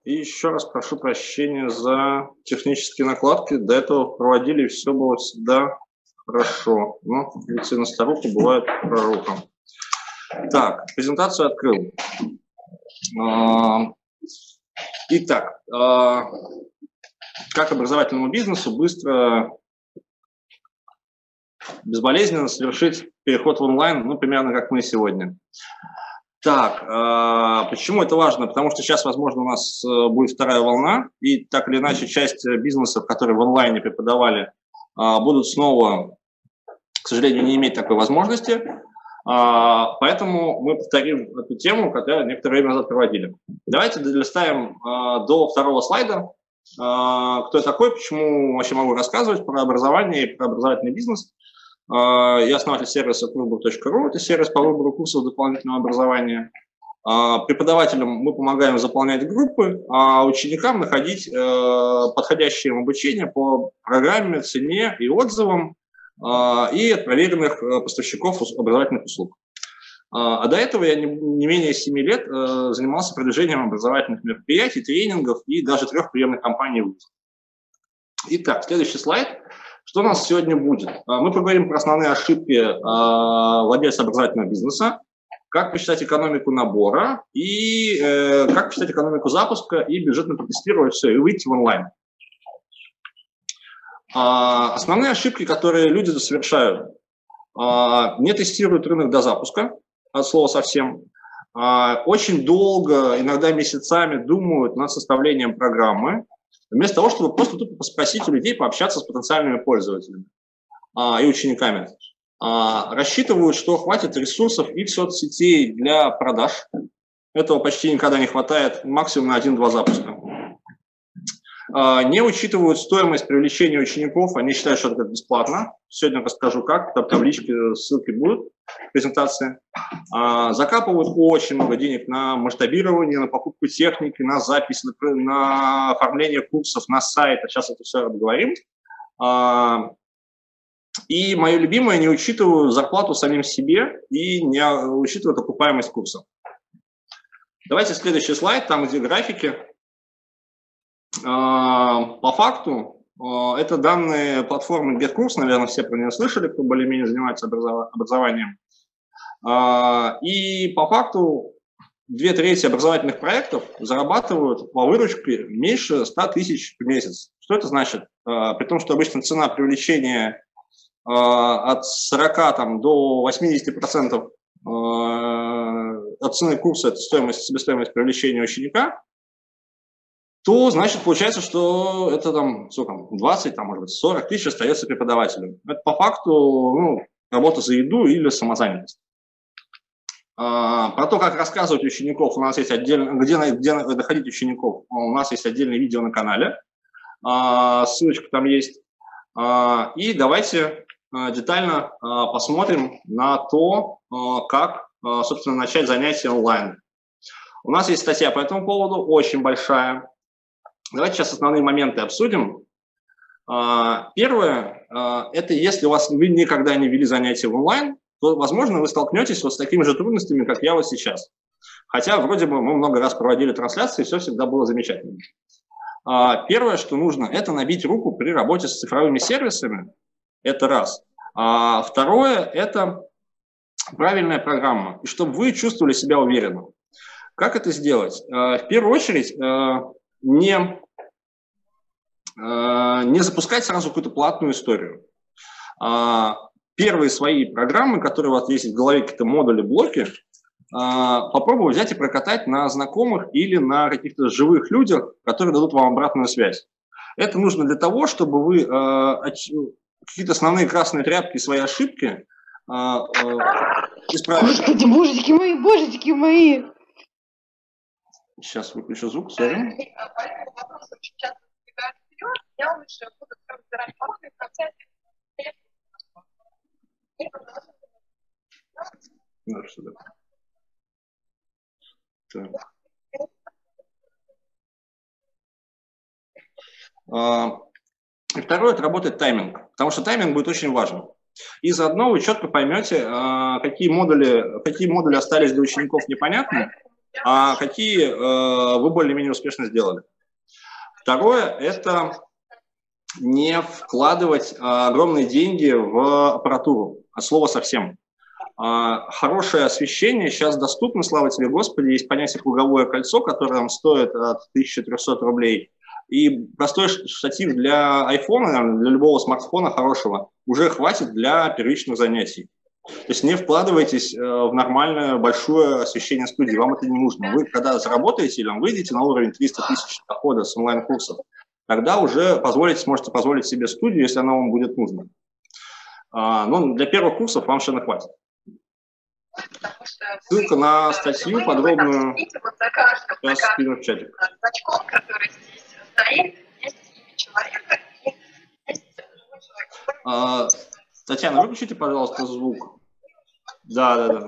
И еще раз прошу прощения за технические накладки. До этого проводили, и все было всегда хорошо. Но, как говорится, на старуху бывает пророком. Так, презентацию открыл. Итак, как образовательному бизнесу быстро, безболезненно совершить переход в онлайн, ну, примерно как мы сегодня. Так, почему это важно? Потому что сейчас, возможно, у нас будет вторая волна, и так или иначе часть бизнесов, которые в онлайне преподавали, будут снова, к сожалению, не иметь такой возможности. Поэтому мы повторим эту тему, которую некоторое время назад проводили. Давайте долистаем до второго слайда. Кто я такой, почему вообще могу рассказывать про образование и про образовательный бизнес. Я основатель сервиса Kurbook.ru, это сервис по выбору курсов дополнительного образования. Преподавателям мы помогаем заполнять группы, а ученикам находить подходящее им обучение по программе, цене и отзывам и от проверенных поставщиков образовательных услуг. А до этого я не менее 7 лет занимался продвижением образовательных мероприятий, тренингов и даже 3 приемных кампаний вузов. Итак, следующий слайд. Что у нас сегодня будет? Мы поговорим про основные ошибки владельца образовательного бизнеса, как посчитать экономику набора и как посчитать экономику запуска и бюджетно протестировать все и выйти в онлайн. Основные ошибки, которые люди совершают: не тестируют рынок до запуска, от слова совсем, очень долго, иногда месяцами думают над составлением программы, вместо того, чтобы просто тупо спросить у людей, пообщаться с потенциальными пользователями и учениками. Рассчитывают, что хватит ресурсов и соцсетей для продаж. Этого почти никогда не хватает, максимум на 1-2 запуска. Не учитывают стоимость привлечения учеников, они считают, что это бесплатно. Сегодня расскажу как, там таблички, ссылки будут в презентации. Закапывают очень много денег на масштабирование, на покупку техники, на запись, на оформление курсов, на сайт. Сейчас это все обговорим. И мое любимое, не учитывают зарплату самим себе и не учитывают окупаемость курсов. Давайте следующий слайд, там где графики. По факту, это данные платформы GetCourse, наверное, все про нее слышали, кто более-менее занимается образованием. И по факту 2/3 образовательных проектов зарабатывают по выручке меньше 100 тысяч в месяц. Что это значит? При том, что обычно цена привлечения от 40 там, до 80% от цены курса – это себестоимость привлечения ученика, то, значит, получается, что это там, сколько, 20, там, может быть, 40 тысяч остается преподавателем. Это по факту работа за еду или самозанятость. Про то, как рассказывать учеников, у нас есть отдельно, где доходить учеников, у нас есть отдельное видео на канале, ссылочка там есть. И давайте детально посмотрим на то, как, собственно, начать занятия онлайн. У нас есть статья по этому поводу, очень большая. Давайте сейчас основные моменты обсудим. Первое, это если вы никогда не вели занятия в онлайн, то, возможно, вы столкнетесь вот с такими же трудностями, как я вот сейчас. Хотя, вроде бы, мы много раз проводили трансляции, и все всегда было замечательно. Первое, что нужно, это набить руку при работе с цифровыми сервисами. Это раз. Второе, это правильная программа, и чтобы вы чувствовали себя уверенно. Как это сделать? В первую очередь, не запускать сразу какую-то платную историю. Первые свои программы, которые у вас есть в голове, какие-то модули, блоки, попробуйте взять и прокатать на знакомых или на каких-то живых людях, которые дадут вам обратную связь. Это нужно для того, чтобы вы какие-то основные красные тряпки, свои ошибки исправили. Господи, божечки мои! Сейчас выключу звук, сори. Так. И второе, это работает тайминг, потому что тайминг будет очень важен. И заодно вы четко поймете, какие модули остались для учеников непонятны, а какие вы более-менее успешно сделали. Второе – это не вкладывать огромные деньги в аппаратуру, от слова совсем. Хорошее освещение сейчас доступно, слава тебе Господи, есть понятие круговое кольцо, которое там стоит от 1300 рублей. И простой штатив для айфона, для любого смартфона хорошего, уже хватит для первичных занятий. То есть не вкладывайтесь в нормальное большое освещение студии, вам это не нужно. Вы когда заработаете или выйдете на уровень 300 тысяч дохода с онлайн-курсов, тогда уже сможете позволить себе студию, если она вам будет нужна. Но для первых курсов вам совершенно хватит. Ссылка на статью подробную сейчас скину в чатик. Значком, который здесь стоит, есть имя человека и есть Татьяна, выключите, пожалуйста, звук. Да.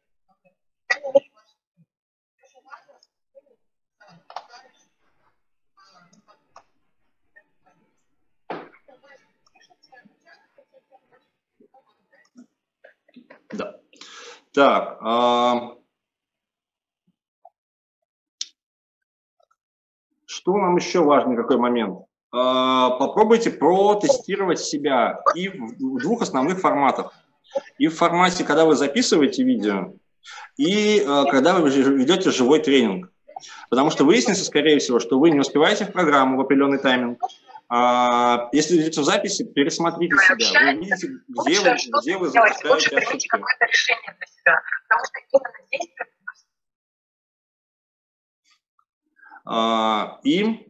Да. Так. Что нам еще важный какой момент? Попробуйте протестировать себя и в двух основных форматах. И в формате, когда вы записываете видео, и когда вы ведете живой тренинг. Потому что выяснится, скорее всего, что вы не успеваете в программу в определенный тайминг. Если идете в записи, пересмотрите себя. Вы увидите, где вы запускаете ошибки. Какое-то решение для себя. Потому что именно действие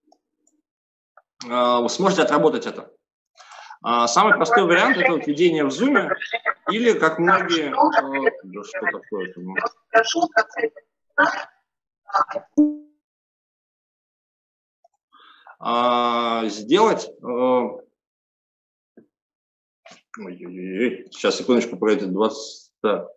вы сможете отработать это. Самый простой вариант – это введение в Zoom, или, как многие… Что такое-то? Сделать… Сейчас, секундочку, про эти 20…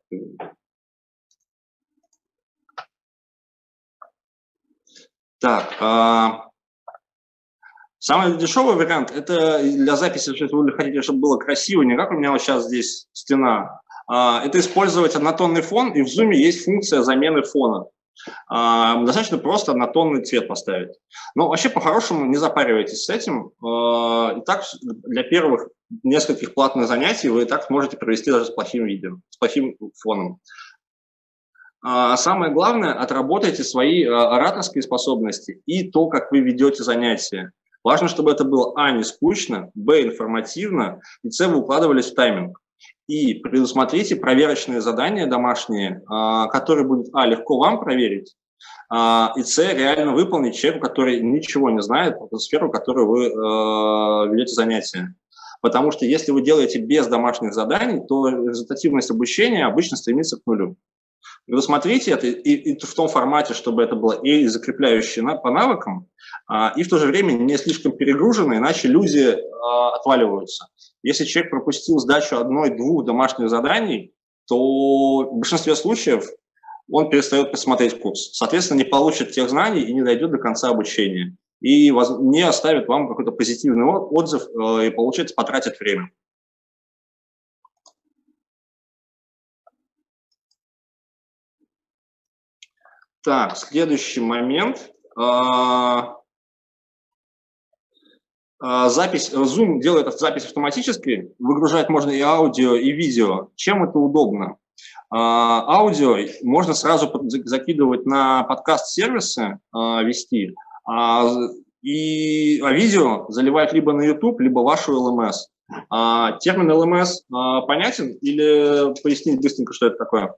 Так… Самый дешевый вариант – это для записи, если вы хотите, чтобы было красиво, не как у меня вот сейчас здесь стена. Это использовать однотонный фон, и в Zoom есть функция замены фона. Достаточно просто однотонный цвет поставить. Но вообще, по-хорошему, не запаривайтесь с этим. И так для первых нескольких платных занятий вы и так сможете провести даже с плохим видео, с плохим фоном. Самое главное – отработайте свои ораторские способности и то, как вы ведете занятия. Важно, чтобы это было не скучно, информативно, и вы укладывались в тайминг. И предусмотрите проверочные задания домашние, которые будут легко вам проверить, и реально выполнить человеку, который ничего не знает про ту сферу, в которую вы ведете занятия. Потому что если вы делаете без домашних заданий, то результативность обучения обычно стремится к нулю. Предусмотрите это и в том формате, чтобы это было и закрепляющее по навыкам, и в то же время не слишком перегружено, иначе люди отваливаются. Если человек пропустил сдачу 1-2 домашних заданий, то в большинстве случаев он перестает посмотреть курс. Соответственно, не получит тех знаний и не дойдет до конца обучения. И не оставит вам какой-то позитивный отзыв, и, получается, потратит время. Так, следующий момент. Запись, Zoom делает эту запись автоматически, выгружать можно и аудио, и видео. Чем это удобно? Аудио можно сразу закидывать на подкаст-сервисы, вести, и видео заливать либо на YouTube, либо вашу LMS. Термин LMS понятен или пояснить быстренько, что это такое?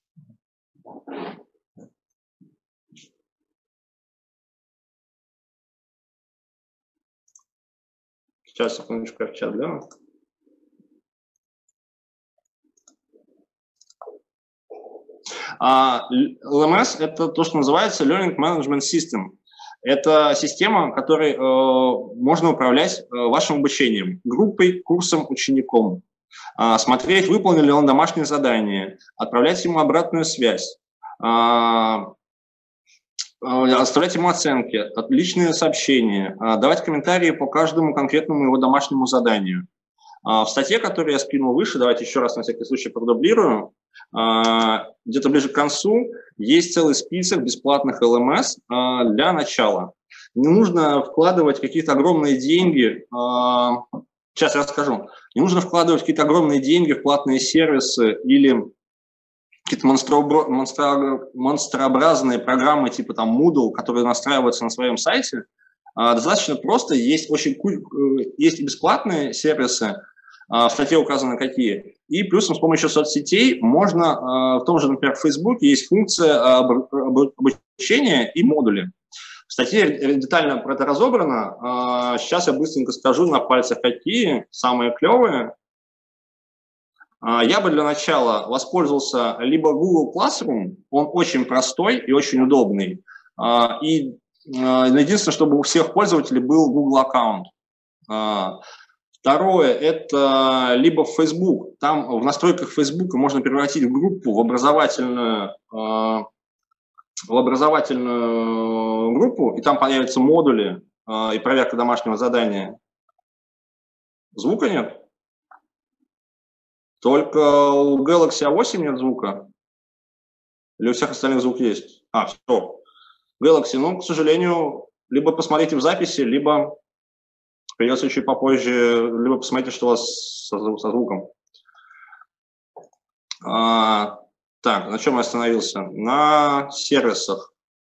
Сейчас, секундочку, я в чат гляну. LMS – это то, что называется Learning Management System. Это система, которой можно управлять вашим обучением, группой, курсом, учеником. Смотреть, выполнил ли он домашнее задание, отправлять ему обратную связь, оставлять ему оценки, личные сообщения, давать комментарии по каждому конкретному его домашнему заданию. В статье, которую я скинул выше, давайте еще раз на всякий случай продублирую, где-то ближе к концу есть целый список бесплатных LMS для начала. Не нужно вкладывать какие-то огромные деньги. Сейчас я расскажу. Не нужно вкладывать какие-то огромные деньги в платные сервисы или какие-то монстрообразные программы типа там Moodle, которые настраиваются на своем сайте. Достаточно просто. Есть бесплатные сервисы, в статье указано какие. И плюсом с помощью соцсетей можно, в том же, например, в Facebook есть функция обучения и модули. В статье детально про это разобрано. Сейчас я быстренько скажу на пальцах, какие самые клевые. Я бы для начала воспользовался либо Google Classroom, он очень простой и очень удобный. И единственное, чтобы у всех пользователей был Google аккаунт. Второе – это либо Facebook. Там в настройках Facebook можно превратить в группу, в образовательную группу, и там появятся модули и проверка домашнего задания. Звука нет? Только у Galaxy A8 нет звука? Или у всех остальных звук есть? Все. Galaxy, ну, к сожалению, либо посмотрите в записи, либо придется чуть попозже, либо посмотрите, что у вас со звуком. Так, на чем я остановился? На сервисах.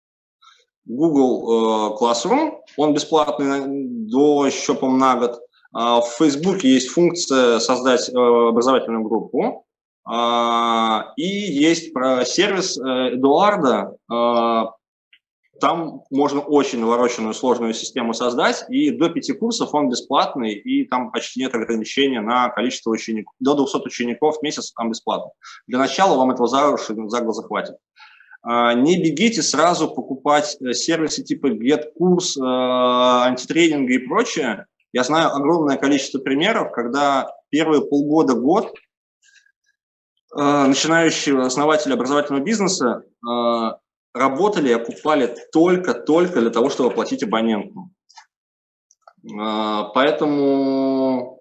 Google Classroom, он бесплатный до еще, по-моему, на год. В Facebook есть функция создать образовательную группу. И есть сервис Эдуарда. Там можно очень навороченную сложную систему создать, и до 5 курсов он бесплатный, и там почти нет ограничения на количество учеников. До 200 учеников в месяц там бесплатно. Для начала вам этого за глаза хватит. Не бегите сразу покупать сервисы типа GetCourse, антитрейдинга и прочее. Я знаю огромное количество примеров, когда первые полгода-год начинающие основатели образовательного бизнеса работали и окупали только для того, чтобы оплатить абонентку. Поэтому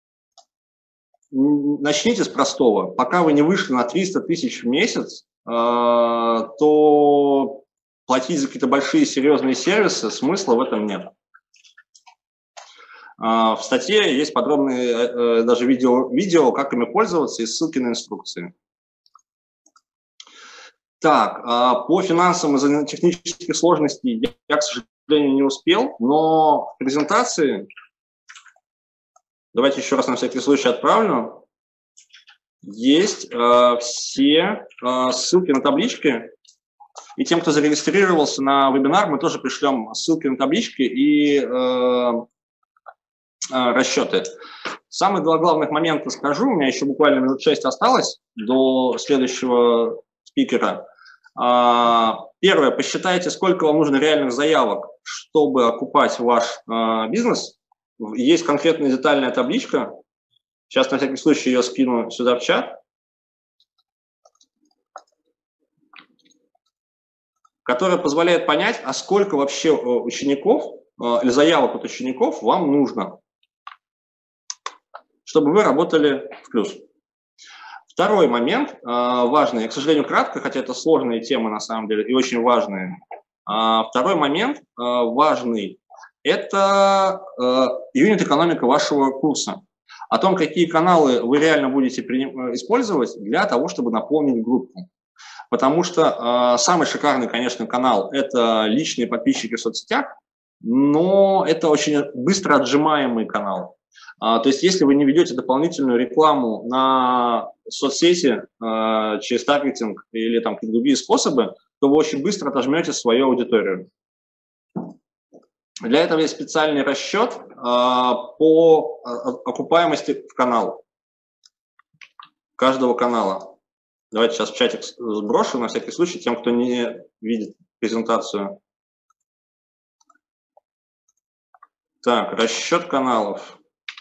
начните с простого. Пока вы не вышли на 300 тысяч в месяц, то платить за какие-то большие серьезные сервисы смысла в этом нет. В статье есть подробные даже видео, как ими пользоваться, и ссылки на инструкции. Так, по финансам из-за технических сложностей я, к сожалению, не успел, но в презентации, давайте еще раз на всякий случай отправлю, есть все ссылки на таблички, и тем, кто зарегистрировался на вебинар, мы тоже пришлем ссылки на таблички и расчеты. Самые два главных момента скажу, у меня еще буквально минут 6 осталось до следующего спикера. Первое, посчитайте, сколько вам нужно реальных заявок, чтобы окупать ваш бизнес. Есть конкретная детальная табличка. Сейчас на всякий случай ее скину сюда в чат, которая позволяет понять, а сколько вообще учеников или заявок от учеников вам нужно, чтобы вы работали в плюс. Второй момент важный, к сожалению, кратко, хотя это сложные темы на самом деле и очень важные. Второй момент важный – это юнит-экономика вашего курса. О том, какие каналы вы реально будете использовать для того, чтобы наполнить группу. Потому что самый шикарный, конечно, канал – это личные подписчики в соцсетях, но это очень быстро отжимаемый канал. То есть, если вы не ведете дополнительную рекламу на соцсети через таргетинг или там какие-то другие способы, то вы очень быстро отожмете свою аудиторию. Для этого есть специальный расчет по окупаемости в канал, каждого канала. Давайте сейчас в чатик сброшу на всякий случай тем, кто не видит презентацию. Так, расчет каналов.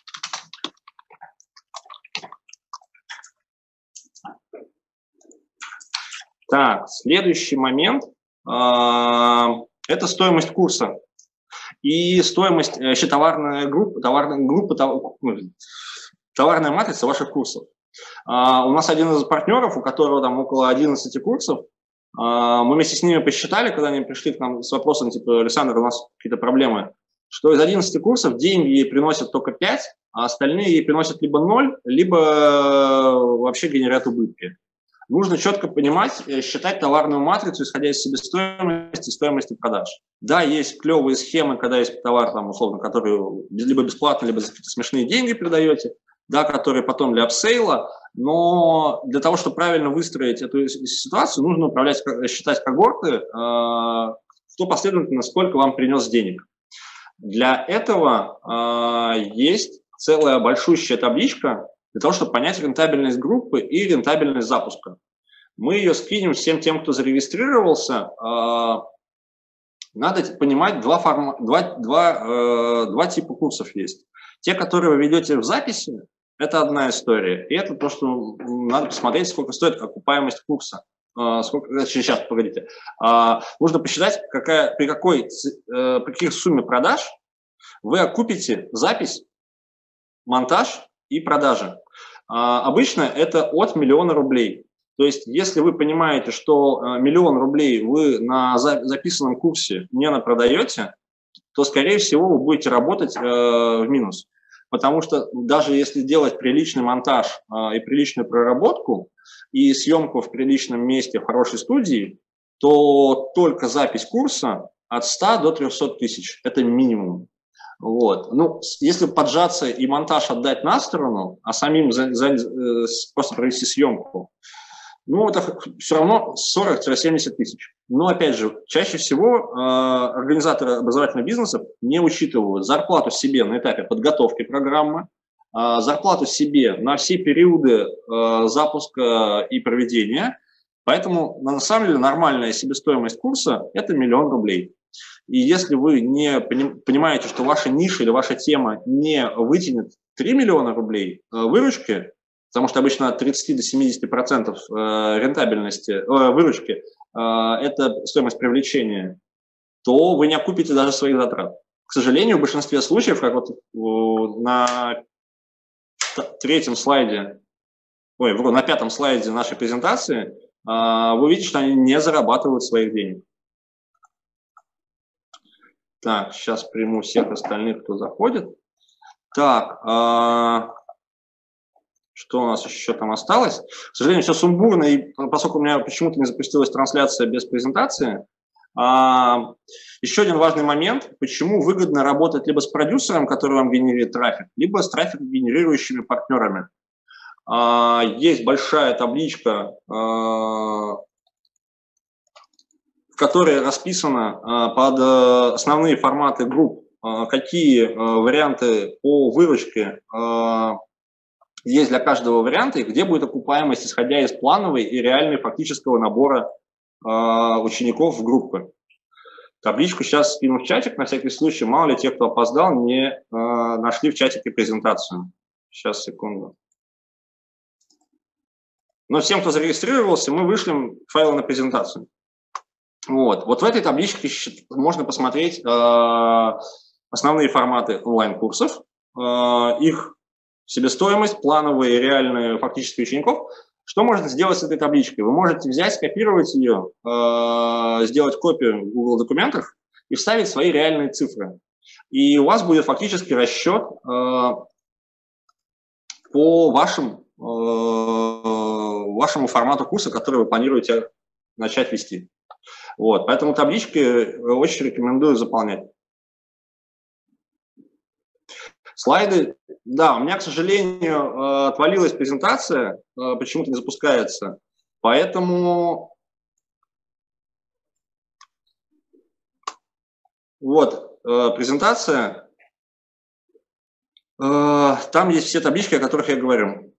Так, следующий момент – это стоимость курса. И стоимость, товарная матрица ваших курсов. У нас один из партнеров, у которого там около 11 курсов, мы вместе с ними посчитали, когда они пришли к нам с вопросом, типа, Александр, у нас какие-то проблемы, что из 11 курсов деньги ей приносят только 5, а остальные ей приносят либо 0, либо вообще генерят убытки. Нужно четко понимать, считать товарную матрицу, исходя из себестоимости, стоимости продаж. Да, есть клевые схемы, когда есть товар, там, условно, который либо бесплатно, либо за какие-то смешные деньги продаете, да, которые потом для апсейла, но для того, чтобы правильно выстроить эту ситуацию, нужно считать когорты, кто последовательно, сколько вам принес денег. Для этого есть целая большущая табличка для того, чтобы понять рентабельность группы и рентабельность запуска. Мы ее скинем всем тем, кто зарегистрировался. Надо понимать, два типа курсов есть. Те, которые вы ведете в записи, это одна история. И это то, что надо посмотреть, сколько стоит окупаемость курса. Сейчас, погодите. Нужно посчитать, при какой сумме продаж вы окупите запись, монтаж и продажи. Обычно это от 1 000 000 рублей. То есть, если вы понимаете, что 1 000 000 рублей вы на записанном курсе не напродаете, то, скорее всего, вы будете работать в минус. Потому что даже если делать приличный монтаж и приличную проработку, и съемку в приличном месте, в хорошей студии, то только запись курса от 100 до 300 тысяч. Это минимум. Вот. Ну, если поджаться и монтаж отдать на сторону, а самим просто провести съемку, ну, это все равно 40-70 тысяч. Но, опять же, чаще всего организаторы образовательного бизнеса не учитывают зарплату себе на этапе подготовки программы, зарплату себе на все периоды запуска и проведения. Поэтому, на самом деле, нормальная себестоимость курса – это 1 000 000 рублей. И если вы не понимаете, что ваша ниша или ваша тема не вытянет 3 миллиона рублей выручки, потому что обычно от 30 до 70% рентабельности, выручки – это стоимость привлечения, то вы не окупите даже своих затрат. К сожалению, в большинстве случаев, как вот на третьем слайде, на пятом слайде нашей презентации, вы видите, что они не зарабатывают своих денег. Так, сейчас приму всех остальных, кто заходит. Так, что у нас еще там осталось? К сожалению, все сумбурно, и поскольку у меня почему-то не запустилась трансляция без презентации. Еще один важный момент, почему выгодно работать либо с продюсером, который вам генерирует трафик, либо с трафик-генерирующими партнерами. Есть большая табличка, в которой расписано под основные форматы групп, какие варианты по выручке есть для каждого варианта и где будет окупаемость, исходя из плановой и реальной фактического набора учеников в группы. Табличку сейчас скину в чатик, на всякий случай, мало ли те, кто опоздал, не нашли в чатике презентацию. Сейчас, секунду. Но всем, кто зарегистрировался, мы вышлем файлы на презентацию. Вот в этой табличке можно посмотреть основные форматы онлайн-курсов, их себестоимость, плановые и реальные фактические учеников. Что можно сделать с этой табличкой? Вы можете взять, скопировать ее, сделать копию в Google документах и вставить свои реальные цифры. И у вас будет фактически расчет по вашему формату курса, который вы планируете начать вести. Вот, поэтому таблички очень рекомендую заполнять. Слайды. Да, у меня, к сожалению, отвалилась презентация, почему-то не запускается. Поэтому вот презентация. Там есть все таблички, о которых я говорю.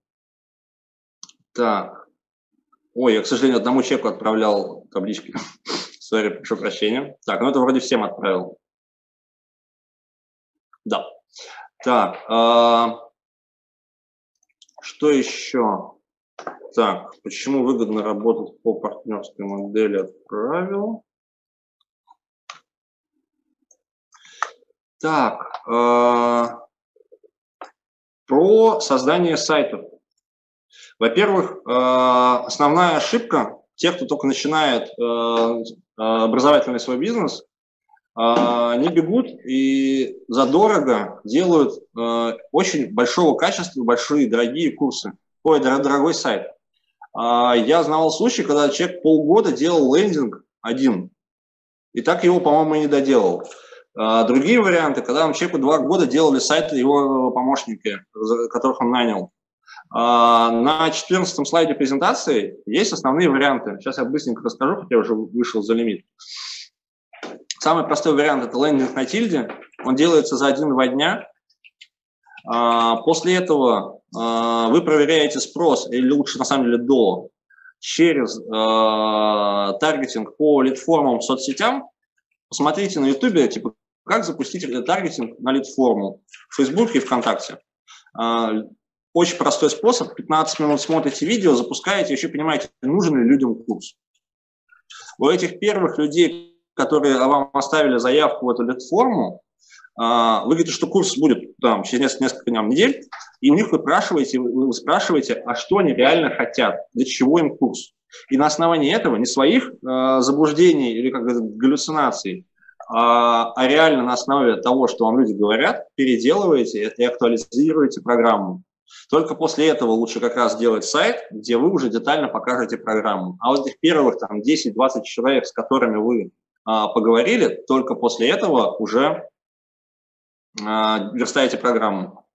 Так. Ой, я, к сожалению, одному человеку отправлял таблички. Сори, прошу прощения. Так, ну это вроде всем отправил. Да. Так, что еще? Так, почему выгодно работать по партнерской модели, отправил. Так, про создание сайтов. Во-первых, основная ошибка тех, кто только начинает образовательный свой бизнес, не бегут и задорого делают очень большого качества, большие, дорогие курсы. Ой, дорогой сайт. Я знал случай, когда человек полгода делал лендинг один, и так его, по-моему, и не доделал. Другие варианты, когда человеку 2 года делали сайты его помощники, которых он нанял. На 14-м слайде презентации есть основные варианты. Сейчас я быстренько расскажу, хотя я уже вышел за лимит. Самый простой вариант – это лендинг на тильде. Он делается за 1-2 дня. После этого вы проверяете спрос, или лучше на самом деле через таргетинг по лид-формам соцсетям. Посмотрите на YouTube, типа, как запустить таргетинг на лид-форму в Facebook и ВКонтакте. Очень простой способ. 15 минут смотрите видео, запускаете, еще понимаете, нужен ли людям курс. У этих первых людей, которые вам оставили заявку в эту лид-форму, вы говорите, что курс будет там, через несколько недель, и у них вы спрашиваете, а что они реально хотят, для чего им курс. И на основании этого, не своих заблуждений или галлюцинаций, а реально на основе того, что вам люди говорят, переделываете и актуализируете программу. Только после этого лучше как раз делать сайт, где вы уже детально покажете программу. А вот этих первых 10-20 человек, с которыми вы поговорили, только после этого уже верстаете программу.